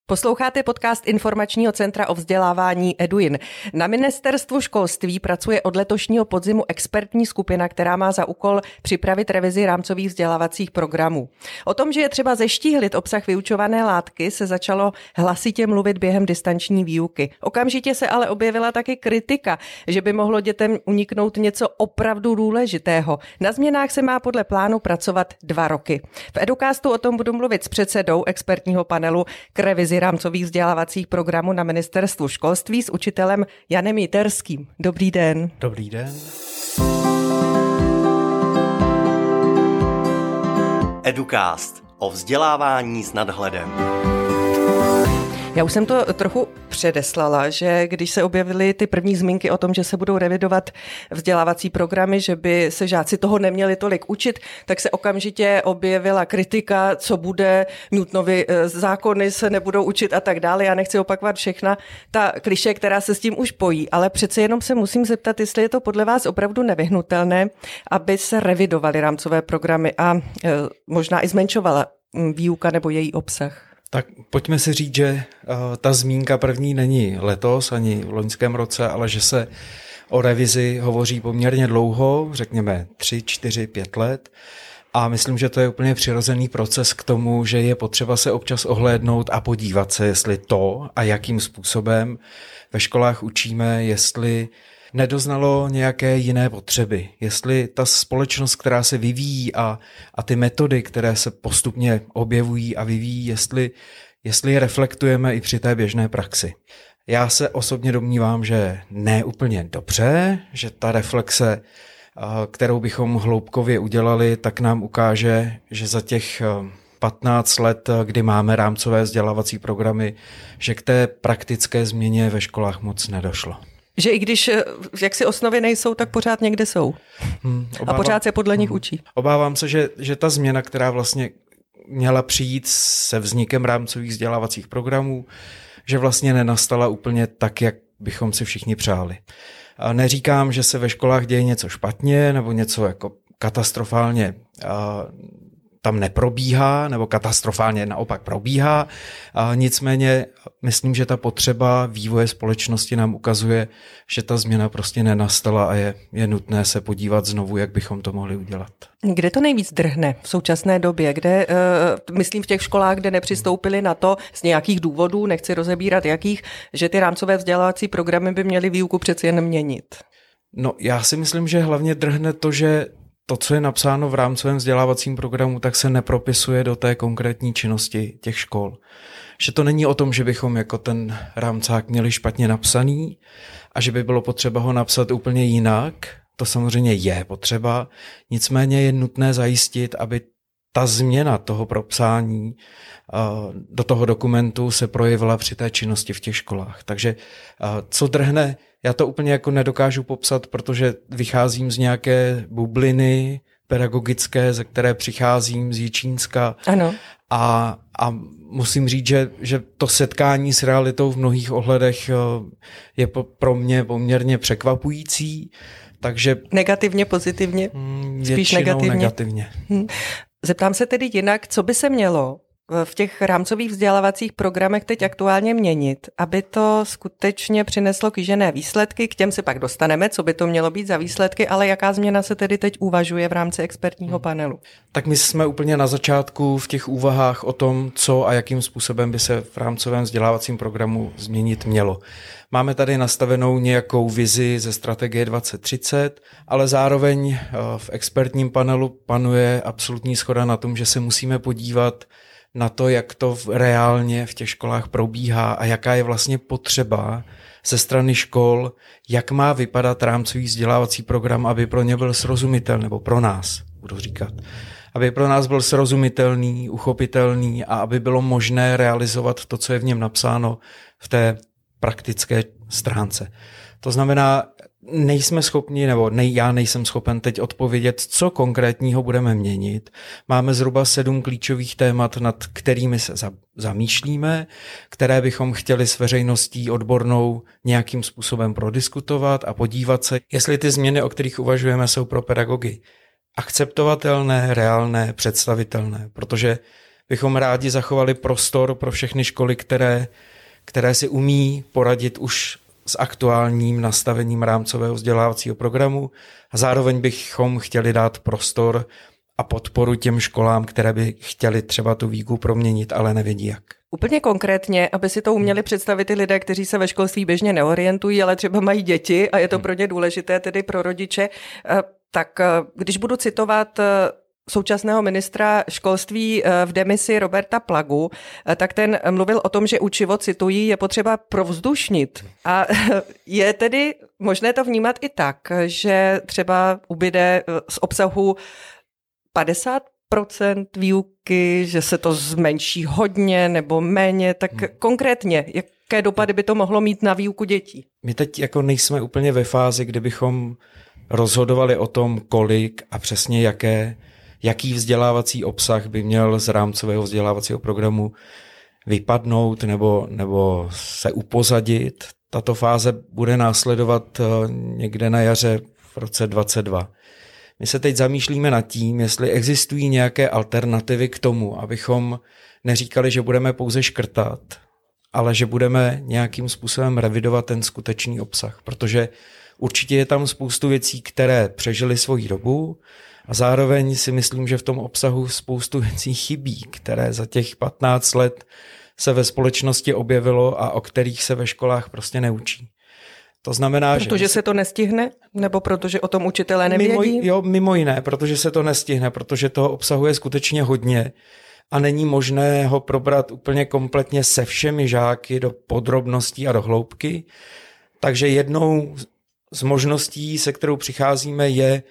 Posloucháte podcast Informačního centra o vzdělávání EduIn. Na ministerstvu školství pracuje od letošního podzimu expertní skupina, která má za úkol připravit revizi rámcových vzdělávacích programů. O tom, že je třeba zeštíhlit obsah vyučované látky, se začalo hlasitě mluvit během distanční výuky. Okamžitě se ale objevila taky kritika, že by mohlo dětem uniknout něco opravdu důležitého. Na změnách se má podle plánu pracovat 2 roky. V Educastu o tom budu mluvit s předsedou expertního panelu k revizi rámcových vzdělávacích programů na ministerstvu školství s učitelem Janem Jiterským. Dobrý den. Dobrý den. Educast o vzdělávání s nadhledem. Já už jsem to trochu předeslala, že když se objevily ty první zmínky o tom, že se budou revidovat vzdělávací programy, že by se žáci toho neměli tolik učit, tak se okamžitě objevila kritika, co bude, Newtonovy zákony se nebudou učit a tak dále. Já nechci opakovat všechna ta klišé, která se s tím už pojí, ale přece jenom se musím zeptat, jestli je to podle vás opravdu nevyhnutelné, aby se revidovaly rámcové programy a možná i zmenšovala výuka nebo její obsah. Tak pojďme si říct, že ta zmínka první není letos ani v loňském roce, ale že se o revizi hovoří poměrně dlouho, řekněme 3, 4, 5 let. A myslím, že to je úplně přirozený proces k tomu, že je potřeba se občas ohlédnout a podívat se, jestli to a jakým způsobem ve školách učíme, jestli nedoznalo nějaké jiné potřeby. Jestli ta společnost, která se vyvíjí a ty metody, které se postupně objevují a vyvíjí, jestli je reflektujeme i při té běžné praxi. Já se osobně domnívám, že ne úplně dobře, že ta reflexe, kterou bychom hloubkově udělali, tak nám ukáže, že za těch 15 let, kdy máme rámcové vzdělávací programy, že k té praktické změně ve školách moc nedošlo. Že i když jaksi osnovy nejsou, tak pořád někde jsou. A pořád se podle nich učí. Obávám se, že ta změna, která vlastně měla přijít se vznikem rámcových vzdělávacích programů, že vlastně nenastala úplně tak, jak bychom si všichni přáli. A neříkám, že se ve školách děje něco špatně nebo něco jako katastrofálně tam neprobíhá, nebo katastrofálně naopak probíhá. A nicméně myslím, že ta potřeba vývoje společnosti nám ukazuje, že ta změna prostě nenastala a je nutné se podívat znovu, jak bychom to mohli udělat. Kde to nejvíc drhne v současné době? Kde, myslím v těch školách, kde nepřistoupili na to z nějakých důvodů, nechci rozebírat jakých, že ty rámcové vzdělávací programy by měly výuku přeci jen měnit? No, já si myslím, že hlavně drhne to, že to, co je napsáno v rámcovém vzdělávacím programu, tak se nepropisuje do té konkrétní činnosti těch škol. Že to není o tom, že bychom jako ten rámcák měli špatně napsaný a že by bylo potřeba ho napsat úplně jinak. To samozřejmě je potřeba, nicméně je nutné zajistit, aby ta změna toho propsání do toho dokumentu se projevila při té činnosti v těch školách. Takže co drhne, já to úplně jako nedokážu popsat, protože vycházím z nějaké bubliny pedagogické, ze které přicházím z Jičínska. Ano. A musím říct, že to setkání s realitou v mnohých ohledech je pro mě poměrně překvapující. Takže negativně, pozitivně? Spíš negativně. Zeptám se tedy jinak, co by se mělo v těch rámcových vzdělávacích programech teď aktuálně měnit, aby to skutečně přineslo kýžené výsledky, k těm se pak dostaneme, co by to mělo být za výsledky, ale jaká změna se tedy teď uvažuje v rámci expertního panelu? Tak my jsme úplně na začátku v těch úvahách o tom, co a jakým způsobem by se v rámcovém vzdělávacím programu změnit mělo. Máme tady nastavenou nějakou vizi ze strategie 2030, ale zároveň v expertním panelu panuje absolutní shoda na tom, že se musíme podívat na to, jak to reálně v těch školách probíhá a jaká je vlastně potřeba ze strany škol, jak má vypadat rámcový vzdělávací program, aby pro ně byl srozumitelný, nebo pro nás, budu říkat, aby pro nás byl srozumitelný, uchopitelný a aby bylo možné realizovat to, co je v něm napsáno v té praktické stránce. To znamená, nejsme schopni, já nejsem schopen teď odpovědět, co konkrétního budeme měnit. Máme zhruba 7 klíčových témat, nad kterými se zamýšlíme, které bychom chtěli s veřejností odbornou nějakým způsobem prodiskutovat a podívat se, jestli ty změny, o kterých uvažujeme, jsou pro pedagogy akceptovatelné, reálné, představitelné, protože bychom rádi zachovali prostor pro všechny školy, které si umí poradit už s aktuálním nastavením rámcového vzdělávacího programu a zároveň bychom chtěli dát prostor a podporu těm školám, které by chtěli třeba tu výuku proměnit, ale nevědí jak. Úplně konkrétně, aby si to uměli představit ty lidé, kteří se ve školství běžně neorientují, ale třeba mají děti a je to pro ně důležité, tedy pro rodiče, tak když budu citovat současného ministra školství v demisi Roberta Plagu, tak ten mluvil o tom, že učivo, cituji, je potřeba provzdušnit. A je tedy možné to vnímat i tak, že třeba ubyde z obsahu 50% výuky, že se to zmenší hodně nebo méně, tak konkrétně, jaké dopady by to mohlo mít na výuku dětí? My teď jako nejsme úplně ve fázi, kdybychom rozhodovali o tom, kolik a přesně jaký vzdělávací obsah by měl z rámcového vzdělávacího programu vypadnout nebo se upozadit. Tato fáze bude následovat někde na jaře v roce 2022. My se teď zamýšlíme nad tím, jestli existují nějaké alternativy k tomu, abychom neříkali, že budeme pouze škrtat, ale že budeme nějakým způsobem revidovat ten skutečný obsah, protože určitě je tam spoustu věcí, které přežily svoji dobu a zároveň si myslím, že v tom obsahu spoustu věcí chybí, které za těch 15 let se ve společnosti objevilo a o kterých se ve školách prostě neučí. To znamená, protože se to nestihne? Nebo protože o tom učitelé nevědí? Mimo jiné, protože se to nestihne, protože toho obsahu je skutečně hodně a není možné ho probrat úplně kompletně se všemi žáky do podrobností a do hloubky. Takže jednou z možností, se kterou přicházíme, je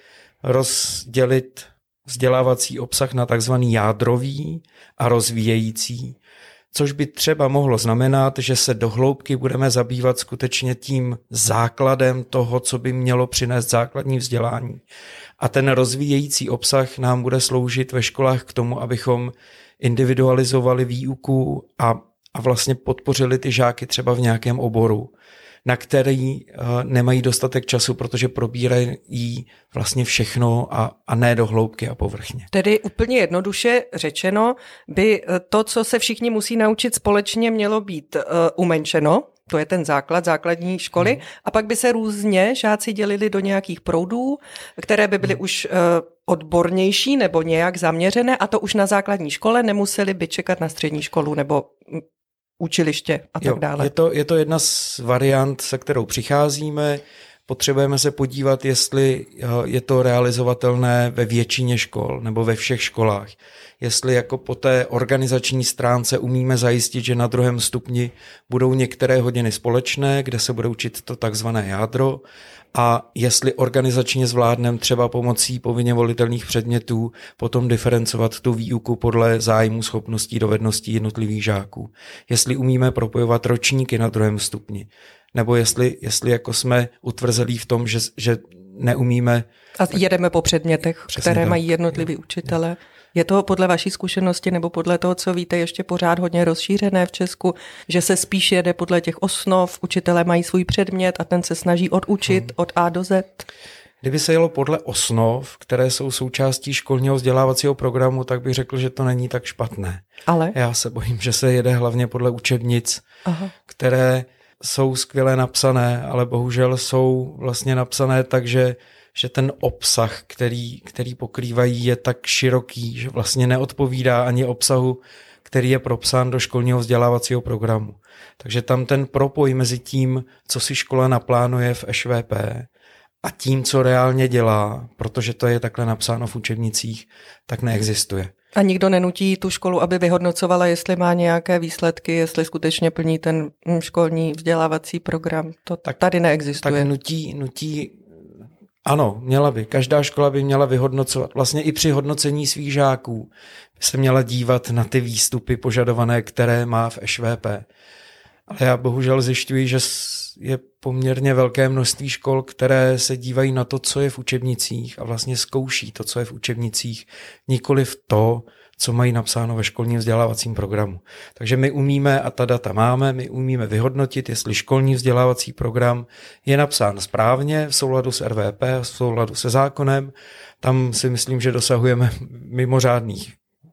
rozdělit vzdělávací obsah na takzvaný jádrový a rozvíjející, což by třeba mohlo znamenat, že se do hloubky budeme zabývat skutečně tím základem toho, co by mělo přinést základní vzdělání. A ten rozvíjející obsah nám bude sloužit ve školách k tomu, abychom individualizovali výuku a vlastně podpořili ty žáky třeba v nějakém oboru, na který nemají dostatek času, protože probírají vlastně všechno a ne do hloubky a povrchně. Tedy úplně jednoduše řečeno, by to, co se všichni musí naučit společně, mělo být umenšeno, to je ten základ základní školy, a pak by se různě žáci dělili do nějakých proudů, které by byly už odbornější nebo nějak zaměřené, a to už na základní škole, nemuseli by čekat na střední školu nebo učiliště a tak dále. Je to jedna z variant, se kterou přicházíme. Potřebujeme se podívat, jestli je to realizovatelné ve většině škol nebo ve všech školách. Jestli jako po té organizační stránce umíme zajistit, že na 2. stupni budou některé hodiny společné, kde se bude učit to takzvané jádro, a jestli organizačně zvládneme třeba pomocí povinně volitelných předmětů potom diferencovat tu výuku podle zájmu, schopností, dovedností jednotlivých žáků. Jestli umíme propojovat ročníky na 2. stupni, nebo jestli jako jsme utvrzelí v tom, že neumíme. A jedeme po předmětech, které mají jednotliví učitelé. Je to podle vaší zkušenosti nebo podle toho, co víte, ještě pořád hodně rozšířené v Česku, že se spíš jede podle těch osnov, učitelé mají svůj předmět a ten se snaží odučit od A do Z? Kdyby se jelo podle osnov, které jsou součástí školního vzdělávacího programu, tak bych řekl, že to není tak špatné. Ale? Já se bojím, že se jede hlavně podle učebnic, které jsou skvěle napsané, ale bohužel jsou vlastně napsané tak, že ten obsah, který pokrývají, je tak široký, že vlastně neodpovídá ani obsahu, který je propsán do školního vzdělávacího programu. Takže tam ten propoj mezi tím, co si škola naplánuje v ŠVP a tím, co reálně dělá, protože to je takhle napsáno v učebnicích, tak neexistuje. A nikdo nenutí tu školu, aby vyhodnocovala, jestli má nějaké výsledky, jestli skutečně plní ten školní vzdělávací program. To tak, tady neexistuje. Tak nutí. Ano, měla by. Každá škola by měla vyhodnocovat. Vlastně i při hodnocení svých žáků by se měla dívat na ty výstupy požadované, které má v ŠVP. Ale já bohužel zjišťuji, že je poměrně velké množství škol, které se dívají na to, co je v učebnicích a vlastně zkouší to, co je v učebnicích, nikoliv to, co mají napsáno ve školním vzdělávacím programu. Takže my umíme, a ta data máme, my umíme vyhodnotit, jestli školní vzdělávací program je napsán správně v souladu s RVP, v souladu se zákonem. Tam si myslím, že dosahujeme mimořádných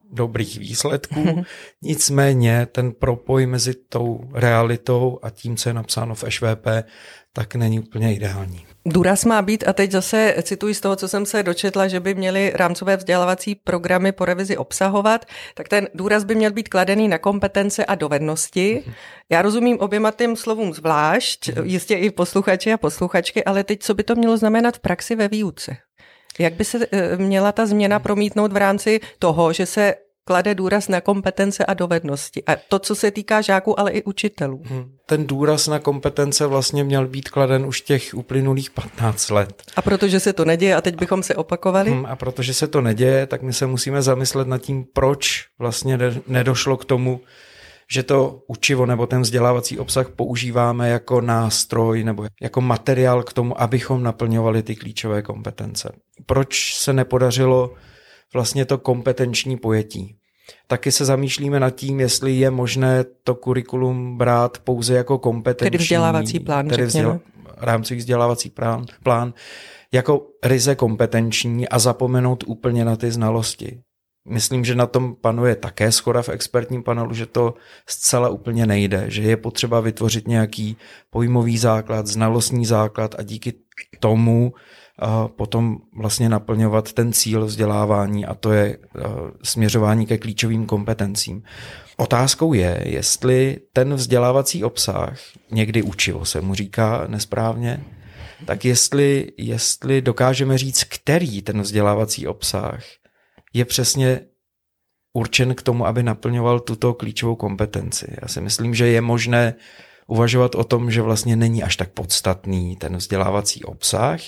dobrých výsledků, nicméně ten propoj mezi tou realitou a tím, co je napsáno v ŠVP, tak není úplně ideální. Důraz má být, a teď zase cituji z toho, co jsem se dočetla, že by měly rámcové vzdělávací programy po revizi obsahovat, tak ten důraz by měl být kladený na kompetence a dovednosti. Já rozumím oběma těm slovům zvlášť, jistě i posluchači a posluchačky, ale teď co by to mělo znamenat v praxi ve výuce? Jak by se měla ta změna promítnout v rámci toho, že se klade důraz na kompetence a dovednosti? A to, co se týká žáků, ale i učitelů. Ten důraz na kompetence vlastně měl být kladen už těch uplynulých 15 let. A protože se to neděje a teď bychom se opakovali? A protože se to neděje, tak my se musíme zamyslet nad tím, proč vlastně nedošlo k tomu, že to učivo nebo ten vzdělávací obsah používáme jako nástroj nebo jako materiál k tomu, abychom naplňovali ty klíčové kompetence. Proč se nepodařilo vlastně to kompetenční pojetí? Taky se zamýšlíme nad tím, jestli je možné to kurikulum brát pouze jako kompetenční. Tedy vzdělávací plán, rámcový vzdělávací plán jako ryze kompetenční a zapomenout úplně na ty znalosti. Myslím, že na tom panuje také shoda v expertním panelu, že to zcela úplně nejde, že je potřeba vytvořit nějaký pojmový základ, znalostní základ a díky tomu potom vlastně naplňovat ten cíl vzdělávání, a to je směřování ke klíčovým kompetencím. Otázkou je, jestli ten vzdělávací obsah, někdy učivo se mu říká nesprávně, tak jestli dokážeme říct, který ten vzdělávací obsah je přesně určen k tomu, aby naplňoval tuto klíčovou kompetenci. Já si myslím, že je možné uvažovat o tom, že vlastně není až tak podstatný ten vzdělávací obsah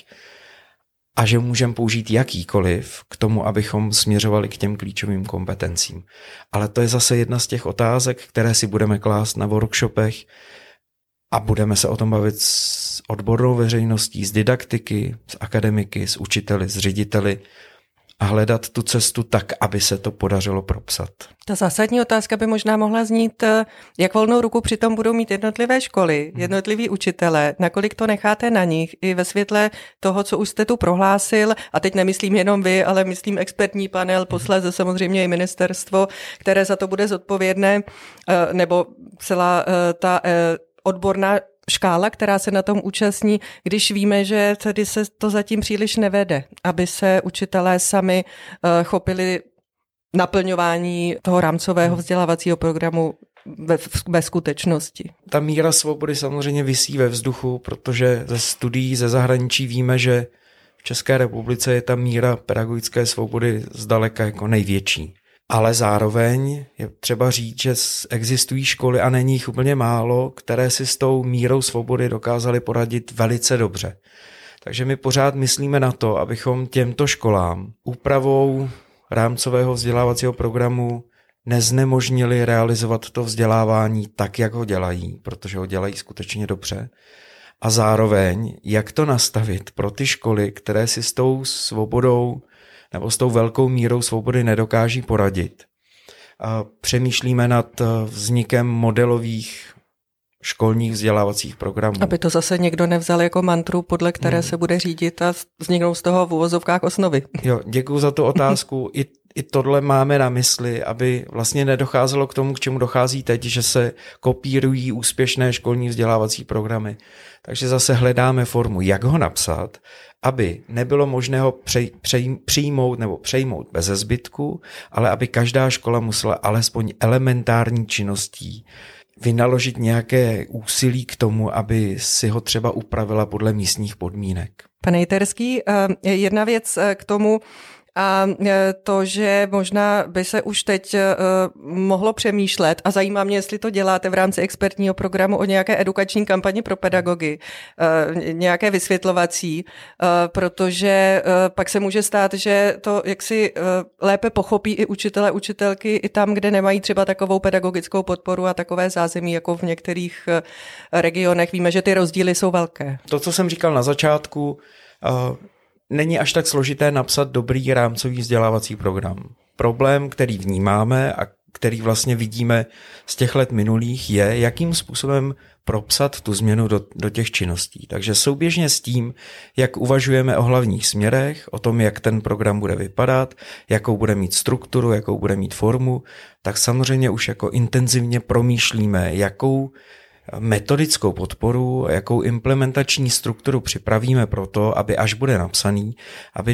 a že můžeme použít jakýkoliv k tomu, abychom směřovali k těm klíčovým kompetencím. Ale to je zase jedna z těch otázek, které si budeme klást na workshopech a budeme se o tom bavit s odbornou veřejností, s didaktiky, s akademiky, s učiteli, s řediteli, a hledat tu cestu tak, aby se to podařilo propsat. Ta zásadní otázka by možná mohla znít, jak volnou ruku přitom budou mít jednotlivé školy, jednotliví učitelé, nakolik to necháte na nich i ve světle toho, co už jste tu prohlásil, a teď nemyslím jenom vy, ale myslím expertní panel, posléze samozřejmě i ministerstvo, které za to bude zodpovědné, nebo celá ta odborná škála, která se na tom účastní, když víme, že tedy se to zatím příliš nevede, aby se učitelé sami chopili naplňování toho rámcového vzdělávacího programu ve skutečnosti. Ta míra svobody samozřejmě visí ve vzduchu, protože ze studií ze zahraničí víme, že v České republice je ta míra pedagogické svobody zdaleka jako největší. Ale zároveň je třeba říct, že existují školy, a není jich úplně málo, které si s tou mírou svobody dokázaly poradit velice dobře. Takže my pořád myslíme na to, abychom těmto školám úpravou rámcového vzdělávacího programu neznemožnili realizovat to vzdělávání tak, jak ho dělají, protože ho dělají skutečně dobře. A zároveň, jak to nastavit pro ty školy, které si s tou svobodou nebo s tou velkou mírou svobody nedokáží poradit. A přemýšlíme nad vznikem modelových školních vzdělávacích programů. Aby to zase někdo nevzal jako mantru, podle které se bude řídit a vzniknou z toho v uvozovkách osnovy. Jo, děkuju za tu otázku. I tohle máme na mysli, aby vlastně nedocházelo k tomu, k čemu dochází teď, že se kopírují úspěšné školní vzdělávací programy. Takže zase hledáme formu, jak ho napsat, aby nebylo možné ho přejmout beze zbytku, ale aby každá škola musela alespoň elementární činností vynaložit nějaké úsilí k tomu, aby si ho třeba upravila podle místních podmínek. Pane Jiterský, jedna věc k tomu, a to, že možná by se už teď mohlo přemýšlet, a zajímá mě, jestli to děláte v rámci expertního programu, o nějaké edukační kampani pro pedagogy, nějaké vysvětlovací, protože pak se může stát, že to jaksi lépe pochopí i učitelé, učitelky i tam, kde nemají třeba takovou pedagogickou podporu a takové zázemí, jako v některých regionech. Víme, že ty rozdíly jsou velké. To, co jsem říkal na začátku, není až tak složité napsat dobrý rámcový vzdělávací program. Problém, který vnímáme a který vlastně vidíme z těch let minulých, je, jakým způsobem propsat tu změnu do těch činností. Takže souběžně s tím, jak uvažujeme o hlavních směrech, o tom, jak ten program bude vypadat, jakou bude mít strukturu, jakou bude mít formu, tak samozřejmě už jako intenzivně promýšlíme, jakou metodickou podporu, jakou implementační strukturu připravíme pro to, aby až bude napsaný, aby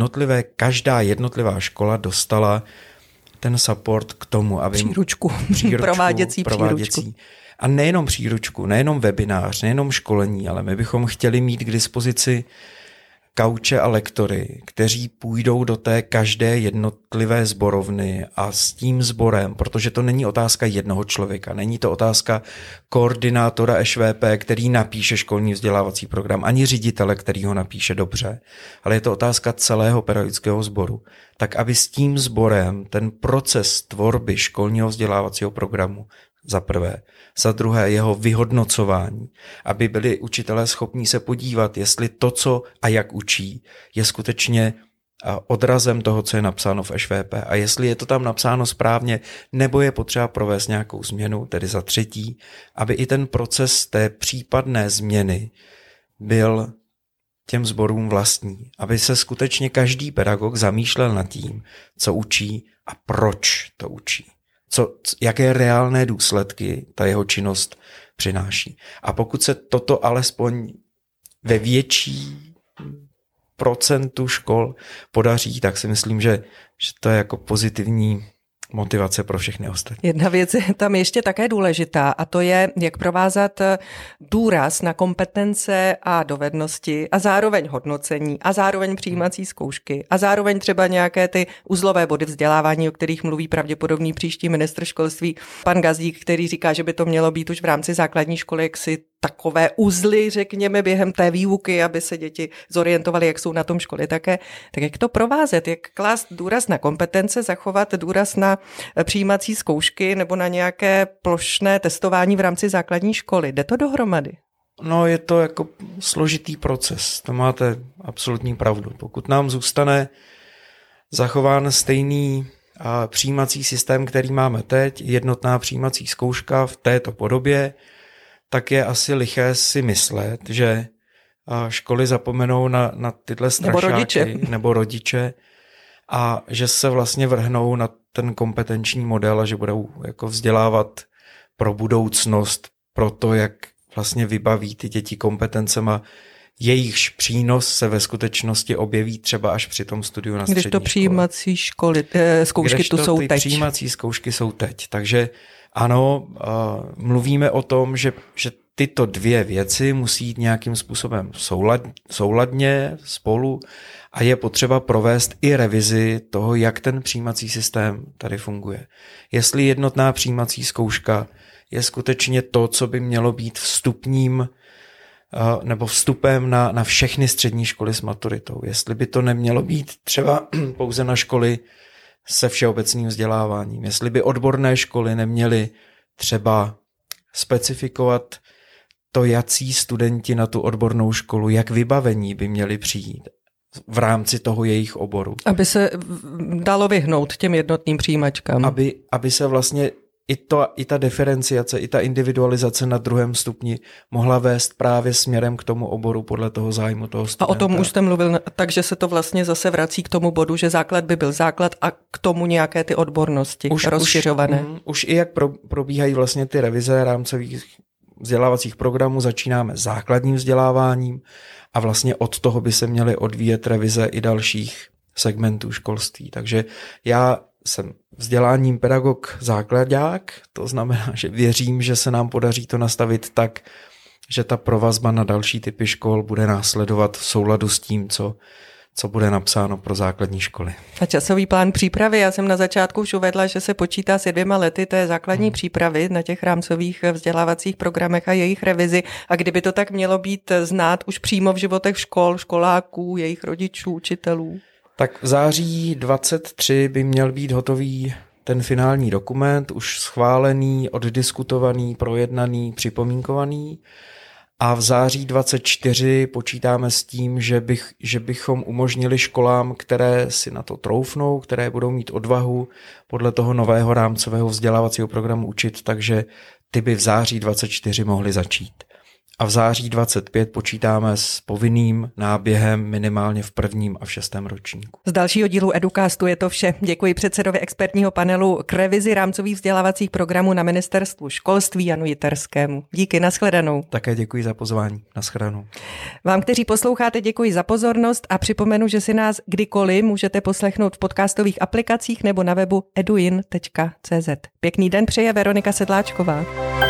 každá jednotlivá škola dostala ten support k tomu, aby příručku. Prováděcí příručku. A nejenom příručku, nejenom webinář, nejenom školení, ale my bychom chtěli mít k dispozici kauče a lektory, kteří půjdou do té každé jednotlivé sborovny a s tím sborem, protože to není otázka jednoho člověka, není to otázka koordinátora ŠVP, který napíše školní vzdělávací program, ani ředitele, který ho napíše dobře, ale je to otázka celého pedagogického sboru. Tak aby s tím sborem ten proces tvorby školního vzdělávacího programu za prvé, za druhé jeho vyhodnocování, aby byli učitelé schopní se podívat, jestli to, co a jak učí, je skutečně odrazem toho, co je napsáno v ŠVP a jestli je to tam napsáno správně, nebo je potřeba provést nějakou změnu, tedy za třetí, aby i ten proces té případné změny byl těm sborům vlastní, aby se skutečně každý pedagog zamýšlel nad tím, co učí a proč to učí. Jaké reálné důsledky ta jeho činnost přináší. A pokud se toto alespoň ve větší procentu škol podaří, tak si myslím, že to je jako pozitivní motivace pro všechny ostatní. Jedna věc je tam ještě také důležitá a to je, jak provázat důraz na kompetence a dovednosti a zároveň hodnocení a zároveň přijímací zkoušky a zároveň třeba nějaké ty uzlové body vzdělávání, o kterých mluví pravděpodobný příští ministr školství pan Gazdík, který říká, že by to mělo být už v rámci základní školy jaksi takové uzly, řekněme, během té výuky, aby se děti zorientovaly, jak jsou na tom školy také. Tak jak to provázet? Jak klást důraz na kompetence, zachovat důraz na přijímací zkoušky nebo na nějaké plošné testování v rámci základní školy? Jde to dohromady? No, je to jako složitý proces. To máte absolutní pravdu. Pokud nám zůstane zachován stejný přijímací systém, který máme teď, jednotná přijímací zkouška v této podobě, tak je asi liché si myslet, že školy zapomenou na tyhle strašáky nebo rodiče a že se vlastně vrhnou na ten kompetenční model a že budou jako vzdělávat pro budoucnost, pro to, jak vlastně vybaví ty děti kompetencema, jejichž přínos se ve skutečnosti objeví třeba až při tom studiu na střední škole. Když to přijímací zkoušky tu jsou teď. Přijímací zkoušky jsou teď, takže ano, mluvíme o tom, že tyto dvě věci musí jít nějakým způsobem souladně spolu a je potřeba provést i revizi toho, jak ten přijímací systém tady funguje. Jestli jednotná přijímací zkouška je skutečně to, co by mělo být vstupním nebo vstupem na všechny střední školy s maturitou. Jestli by to nemělo být třeba pouze na školy se všeobecným vzděláváním. Jestli by odborné školy neměly třeba specifikovat to, jací studenti na tu odbornou školu, jak vybavení by měli přijít v rámci toho jejich oboru. Aby se dalo vyhnout těm jednotným přijímačkám. Aby se vlastně i ta diferenciace, i ta individualizace na druhém stupni mohla vést právě směrem k tomu oboru podle toho zájmu toho studenta. A o tom už jste mluvil, takže se to vlastně zase vrací k tomu bodu, že základ by byl základ a k tomu nějaké ty odbornosti rozšiřované. Už i jak probíhají vlastně ty revize rámcových vzdělávacích programů, začínáme základním vzděláváním a vlastně od toho by se měly odvíjet revize i dalších segmentů školství. Takže já jsem vzděláním pedagog základák, to znamená, že věřím, že se nám podaří to nastavit tak, že ta provazba na další typy škol bude následovat v souladu s tím, co bude napsáno pro základní školy. A časový plán přípravy, já jsem na začátku už uvedla, že se počítá s 2 lety té základní přípravy na těch rámcových vzdělávacích programech a jejich revizi. A kdyby to tak mělo být znát už přímo v životech škol, školáků, jejich rodičů, učitelů? Tak v září 2023 by měl být hotový ten finální dokument, už schválený, oddiskutovaný, projednaný, připomínkovaný A v září 2024 počítáme s tím, že bychom umožnili školám, které si na to troufnou, které budou mít odvahu podle toho nového rámcového vzdělávacího programu učit, takže ty by v září 2024 mohly začít. A v září 2025 počítáme s povinným náběhem minimálně v 1. a v 6. ročníku. Z dalšího dílu Educastu je to vše. Děkuji předsedovi expertního panelu k revizi rámcových vzdělávacích programů na Ministerstvu školství Janu Jitarskému. Díky, nashledanou. Také děkuji za pozvání. Nashledanou. Vám, kteří posloucháte, děkuji za pozornost a připomenu, že si nás kdykoliv můžete poslechnout v podcastových aplikacích nebo na webu eduin.cz. Pěkný den přeje Veronika Sedláčková.